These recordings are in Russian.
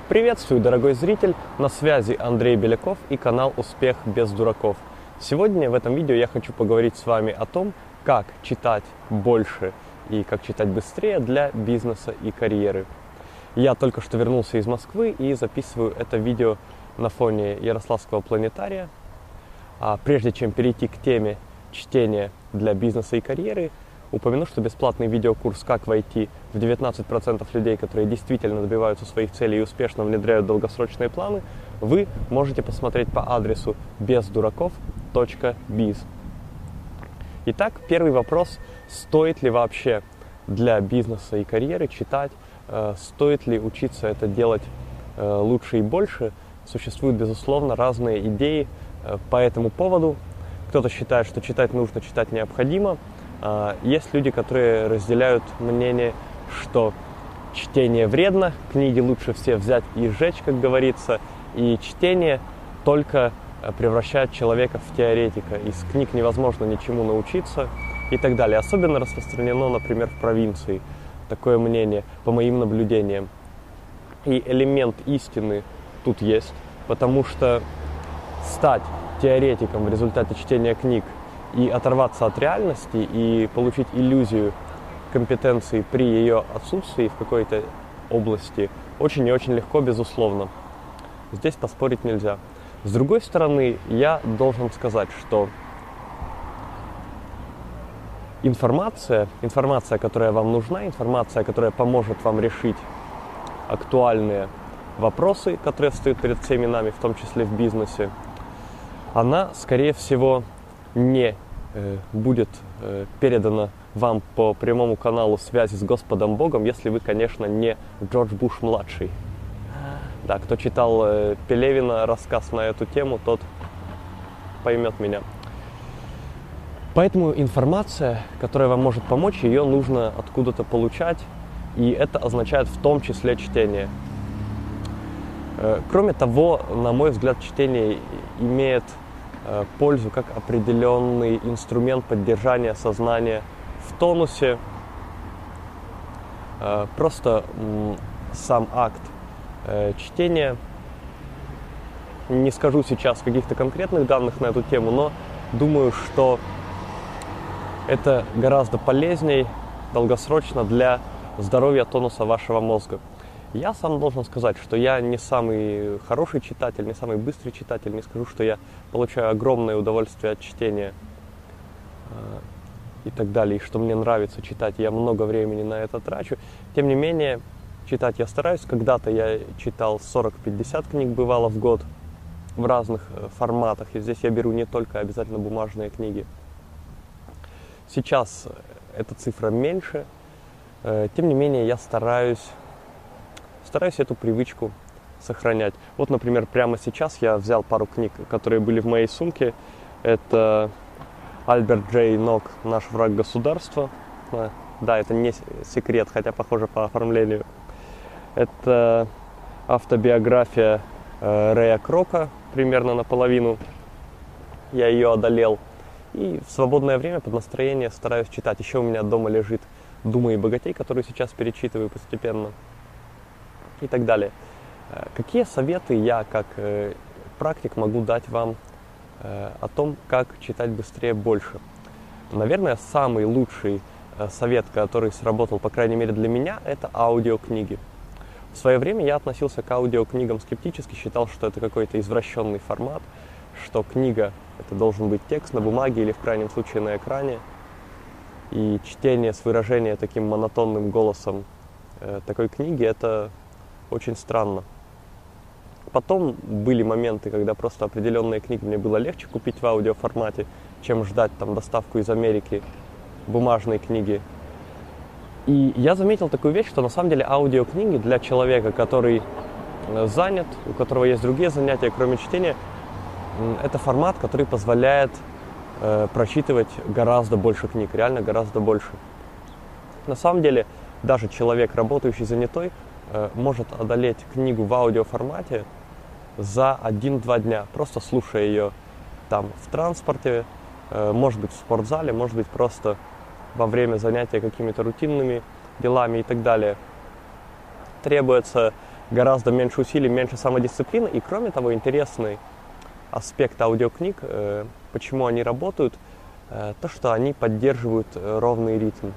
Приветствую, дорогой зритель! На связи Андрей Беляков и канал «Успех без дураков». Сегодня в этом видео я хочу поговорить с вами о том, как читать больше и как читать быстрее для бизнеса и карьеры. Я только что вернулся из Москвы и записываю это видео на фоне Ярославского планетария. А прежде чем перейти к теме чтения для бизнеса и карьеры, упомяну, что бесплатный видеокурс «Как войти в 19% людей, которые действительно добиваются своих целей и успешно внедряют долгосрочные планы», вы можете посмотреть по адресу бездураков.biz. Итак, первый вопрос: стоит ли вообще для бизнеса и карьеры читать, стоит ли учиться это делать лучше и больше? Существуют, безусловно, разные идеи по этому поводу. Кто-то считает, что читать нужно, читать необходимо. Есть люди, которые разделяют мнение, что чтение вредно, книги лучше все взять и сжечь, как говорится, и чтение только превращает человека в теоретика. Из книг невозможно ничему научиться и так далее. Особенно распространено, например, в провинции такое мнение, по моим наблюдениям. И элемент истины тут есть, потому что стать теоретиком в результате чтения книг и оторваться от реальности и получить иллюзию компетенции при ее отсутствии в какой-то области очень и очень легко, безусловно. Здесь поспорить нельзя. С другой стороны, я должен сказать, что информация, которая вам нужна, информация, которая поможет вам решить актуальные вопросы, которые встают перед всеми нами, в том числе в бизнесе, она, скорее всего, не будет передана вам по прямому каналу связи с Господом Богом, если вы, конечно, не Джордж Буш-младший. Да, кто читал Пелевина рассказ на эту тему, тот поймет меня. Поэтому информация, которая вам может помочь, ее нужно откуда-то получать, и это означает в том числе чтение. Кроме того, на мой взгляд, чтение имеет пользу как определенный инструмент поддержания сознания в тонусе. Просто сам акт чтения, не скажу сейчас каких-то конкретных данных на эту тему, но думаю, что это гораздо полезней долгосрочно для здоровья тонуса вашего мозга. Я сам должен сказать, что я не самый хороший читатель, не самый быстрый читатель, не скажу, что я получаю огромное удовольствие от чтения и так далее, и что мне нравится читать, я много времени на это трачу. Тем не менее, читать я стараюсь. Когда-то я читал 40-50 книг, бывало, в год, в разных форматах, и здесь я беру не только обязательно бумажные книги. Сейчас эта цифра меньше, тем не менее, я стараюсь эту привычку сохранять. Вот, например, прямо сейчас я взял пару книг, которые были в моей сумке. Это Альберт Джей Нок «Наш враг государства». Да, это не секрет, хотя похоже по оформлению. Это автобиография Рэя Крока, примерно наполовину. Я ее одолел. И в свободное время под настроение стараюсь читать. Еще у меня дома лежит «Думай и богатей», который сейчас перечитываю постепенно. И так далее. Какие советы я, как практик, могу дать вам о том, как читать быстрее больше? Наверное, самый лучший совет, который сработал, по крайней мере для меня, это аудиокниги. В свое время я относился к аудиокнигам скептически, считал, что это какой-то извращенный формат, что книга — это должен быть текст на бумаге или в крайнем случае на экране, и чтение с выражением таким монотонным голосом такой книги — это очень странно. Потом были моменты, когда просто определенные книги мне было легче купить в аудиоформате, чем ждать там доставку из Америки бумажной книги. И я заметил такую вещь, что на самом деле аудиокниги для человека, который занят, у которого есть другие занятия, кроме чтения, это формат, который позволяет прочитывать гораздо больше книг, реально гораздо больше. На самом деле, даже человек, работающий занятой, может одолеть книгу в аудиоформате за 1-2 дня, просто слушая ее там в транспорте, может быть в спортзале, может быть просто во время занятия какими-то рутинными делами и так далее. Требуется гораздо меньше усилий, меньше самодисциплины. И кроме того, интересный аспект аудиокниг, почему они работают, то, что они поддерживают ровный ритм.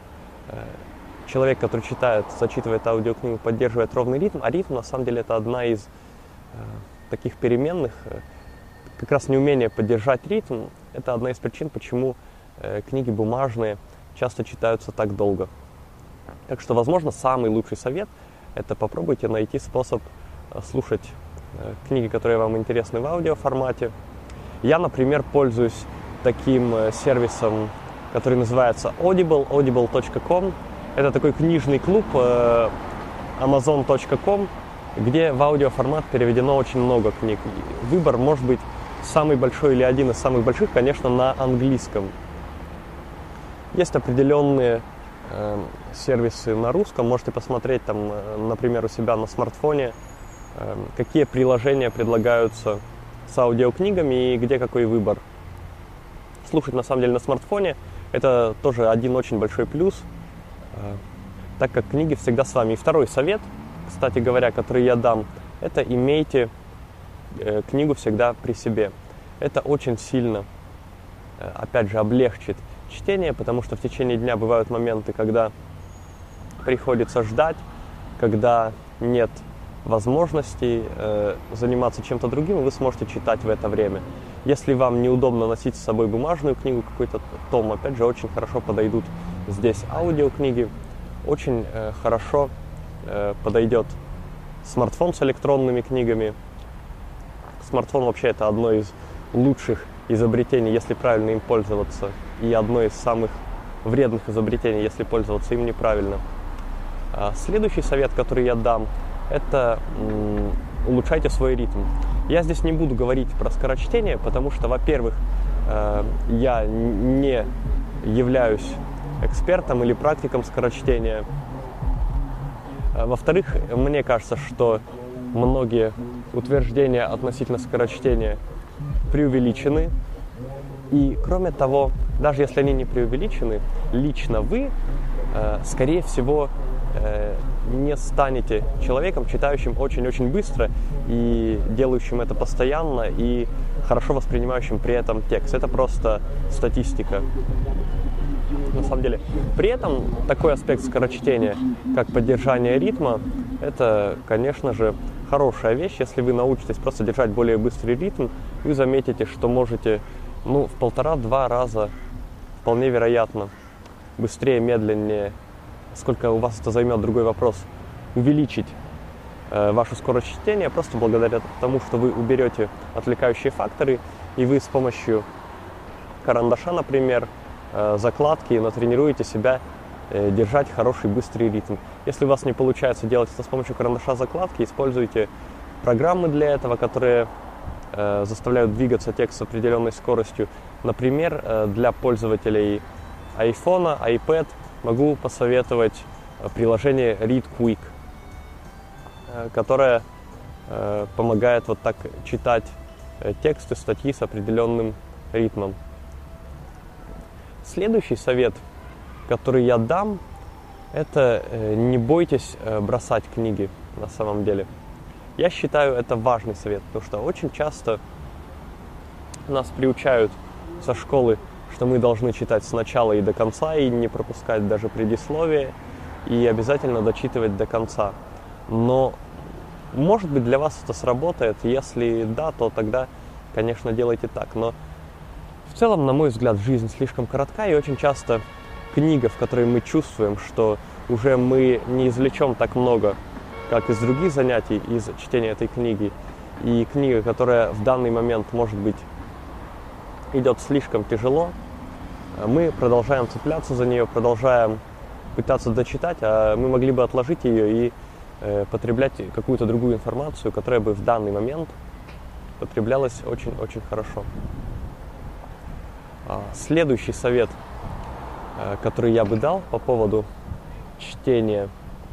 Человек, который зачитывает аудиокнигу, поддерживает ровный ритм, а ритм на самом деле это одна из таких переменных. Как раз неумение поддержать ритм – это одна из причин, почему книги бумажные часто читаются так долго. Так что, возможно, самый лучший совет – это попробуйте найти способ слушать книги, которые вам интересны в аудиоформате. Я, например, пользуюсь таким сервисом, который называется Audible, audible.com. Это такой книжный клуб amazon.com, где в аудиоформат переведено очень много книг. Выбор может быть самый большой или один из самых больших, конечно, на английском. Есть определенные сервисы на русском. Можете посмотреть там, например, у себя на смартфоне, какие приложения предлагаются с аудиокнигами и где какой выбор. Слушать на самом деле на смартфоне – это тоже один очень большой плюс, так как книги всегда с вами. И второй совет, кстати говоря, который я дам, это имейте книгу всегда при себе. Это очень сильно, опять же, облегчит чтение, потому что в течение дня бывают моменты, когда приходится ждать, когда нет возможности заниматься чем-то другим, и вы сможете читать в это время. Если вам неудобно носить с собой бумажную книгу, какой-то том, опять же, очень хорошо подойдут здесь аудиокниги. Очень хорошо подойдет смартфон с электронными книгами. Смартфон вообще это одно из лучших изобретений, если правильно им пользоваться, и одно из самых вредных изобретений, если пользоваться им неправильно. Следующий совет, который я дам, это улучшайте свой ритм. Я здесь не буду говорить про скорочтение, потому что, во-первых, я не являюсь экспертом или практиком скорочтения. Во-вторых, мне кажется, что многие утверждения относительно скорочтения преувеличены. И кроме того, даже если они не преувеличены, лично вы, скорее всего, не станете человеком, читающим очень-очень быстро и делающим это постоянно и хорошо воспринимающим при этом текст. Это просто статистика. На самом деле. При этом такой аспект скорочтения, как поддержание ритма, это, конечно же, хорошая вещь. Если вы научитесь просто держать более быстрый ритм, вы заметите, что можете в 1,5-2 раза, вполне вероятно, быстрее, медленнее, сколько у вас это займет, другой вопрос, увеличить вашу скорость чтения просто благодаря тому, что вы уберете отвлекающие факторы, и вы с помощью карандаша, например, закладки натренируете себя держать хороший быстрый ритм. Если у вас не получается делать это с помощью карандаша закладки, используйте программы для этого, которые заставляют двигаться текст с определенной скоростью. Например, для пользователей iPhone, iPad могу посоветовать приложение Read Quick, которое помогает вот так читать тексты, статьи с определенным ритмом. Следующий совет, который я дам, это не бойтесь бросать книги на самом деле. Я считаю, это важный совет, потому что очень часто нас приучают со школы, что мы должны читать с начала и до конца, и не пропускать даже предисловие, и обязательно дочитывать до конца. Но, может быть, для вас это сработает. Если да, то тогда, конечно, делайте так. Но в целом, на мой взгляд, жизнь слишком коротка, и очень часто книга, в которой мы чувствуем, что уже мы не извлечем так много, как из других занятий, из чтения этой книги, и книга, которая в данный момент, может быть, идет слишком тяжело, мы продолжаем цепляться за нее, продолжаем пытаться дочитать, а мы могли бы отложить ее и потреблять какую-то другую информацию, которая бы в данный момент потреблялась очень-очень хорошо. Следующий совет, который я бы дал по поводу чтения,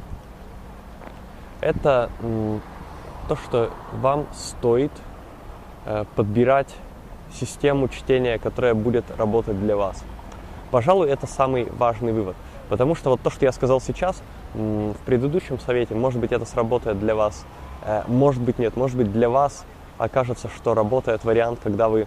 это то, что вам стоит подбирать систему чтения, которая будет работать для вас. Пожалуй, это самый важный вывод. Потому что вот то, что я сказал сейчас, в предыдущем совете, может быть, это сработает для вас, может быть, нет, может быть, для вас окажется, что работает вариант, когда вы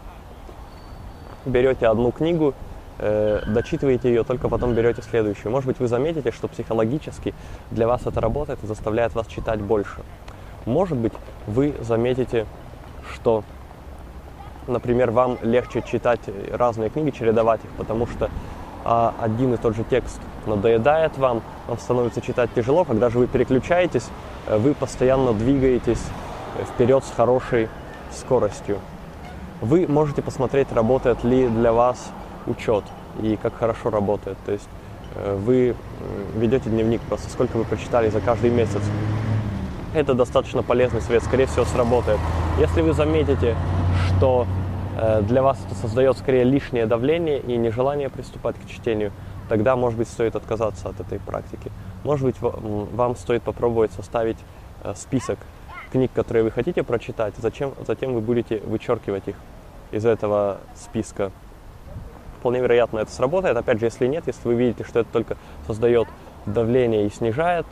берете одну книгу, дочитываете ее, только потом берете следующую. Может быть, вы заметите, что психологически для вас это работает и заставляет вас читать больше. Может быть, вы заметите, что, например, вам легче читать разные книги, чередовать их, потому что один и тот же текст надоедает вам становится читать тяжело. Когда же вы переключаетесь, вы постоянно двигаетесь вперед с хорошей скоростью. Вы можете посмотреть, работает ли для вас учет и как хорошо работает. То есть вы ведете дневник, просто сколько вы прочитали за каждый месяц. Это достаточно полезный совет, скорее всего, сработает. Если вы заметите, что для вас это создает скорее лишнее давление и нежелание приступать к чтению, тогда, может быть, стоит отказаться от этой практики. Может быть, вам стоит попробовать составить список книг, которые вы хотите прочитать, затем вы будете вычеркивать их из этого списка. Вполне вероятно, это сработает. Опять же, если нет, если вы видите, что это только создает давление и снижает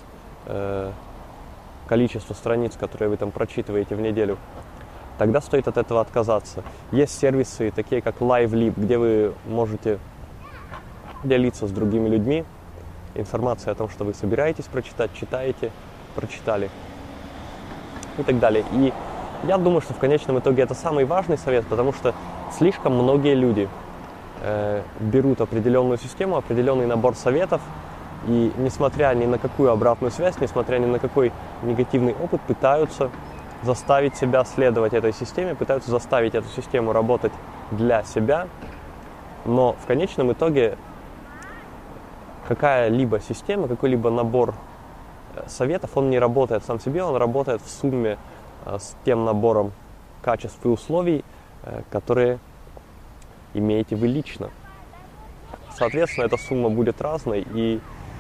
количество страниц, которые вы там прочитываете в неделю, тогда стоит от этого отказаться. Есть сервисы, такие как LiveLib, где вы можете делиться с другими людьми информацией о том, что вы собираетесь прочитать, читаете, прочитали и так далее. И я думаю, что в конечном итоге это самый важный совет, потому что слишком многие люди берут определенную систему, определенный набор советов, и несмотря ни на какую обратную связь, несмотря ни на какой негативный опыт, пытаются заставить себя следовать этой системе, пытаются заставить эту систему работать для себя, но в конечном итоге какая-либо система, какой-либо набор советов, он не работает сам себе, он работает в сумме с тем набором качеств и условий, которые имеете вы лично. Соответственно, эта сумма будет разной, и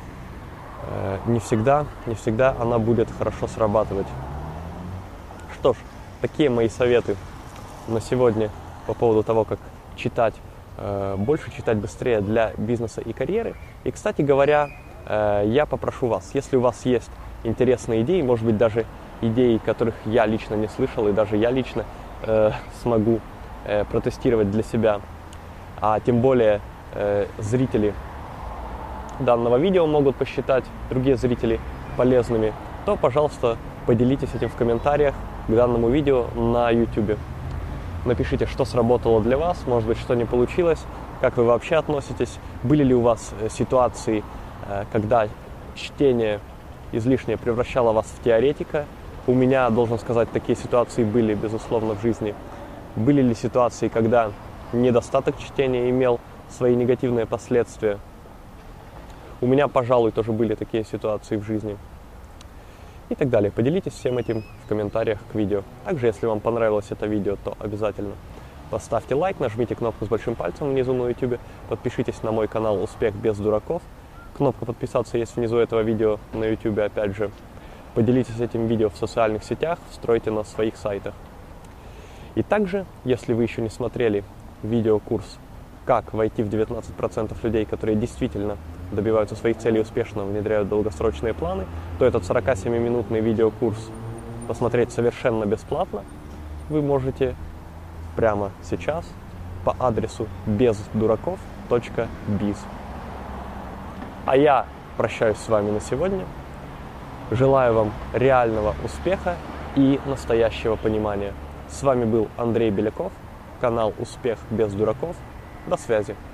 не всегда она будет хорошо срабатывать. Что ж, такие мои советы на сегодня по поводу того, как читать больше, читать быстрее для бизнеса и карьеры. И, кстати говоря, я попрошу вас, если у вас есть интересные идеи, может быть, даже идеи, которых я лично не слышал, и даже я лично смогу протестировать для себя, а тем более зрители данного видео могут посчитать, другие зрители, полезными, то, пожалуйста, поделитесь этим в комментариях к данному видео на YouTube. Напишите, что сработало для вас, может быть, что не получилось, как вы вообще относитесь, были ли у вас ситуации, когда чтение излишнее превращало вас в теоретика. У меня, должен сказать, такие ситуации были, безусловно, в жизни. Были ли ситуации, когда недостаток чтения имел свои негативные последствия? У меня, пожалуй, тоже были такие ситуации в жизни. И так далее. Поделитесь всем этим в комментариях к видео. Также, если вам понравилось это видео, то обязательно поставьте лайк, нажмите кнопку с большим пальцем внизу на YouTube, подпишитесь на мой канал «Успех без дураков». Кнопка подписаться есть внизу этого видео на YouTube, опять же. Поделитесь этим видео в социальных сетях, стройте на своих сайтах. И также, если вы еще не смотрели видеокурс «Как войти в 19% людей, которые действительно добиваются своих целей успешно, внедряют долгосрочные планы», то этот 47-минутный видеокурс посмотреть совершенно бесплатно вы можете прямо сейчас по адресу бездураков.biz. А я прощаюсь с вами на сегодня. Желаю вам реального успеха и настоящего понимания. С вами был Андрей Беляков, канал «Успех без дураков». До связи.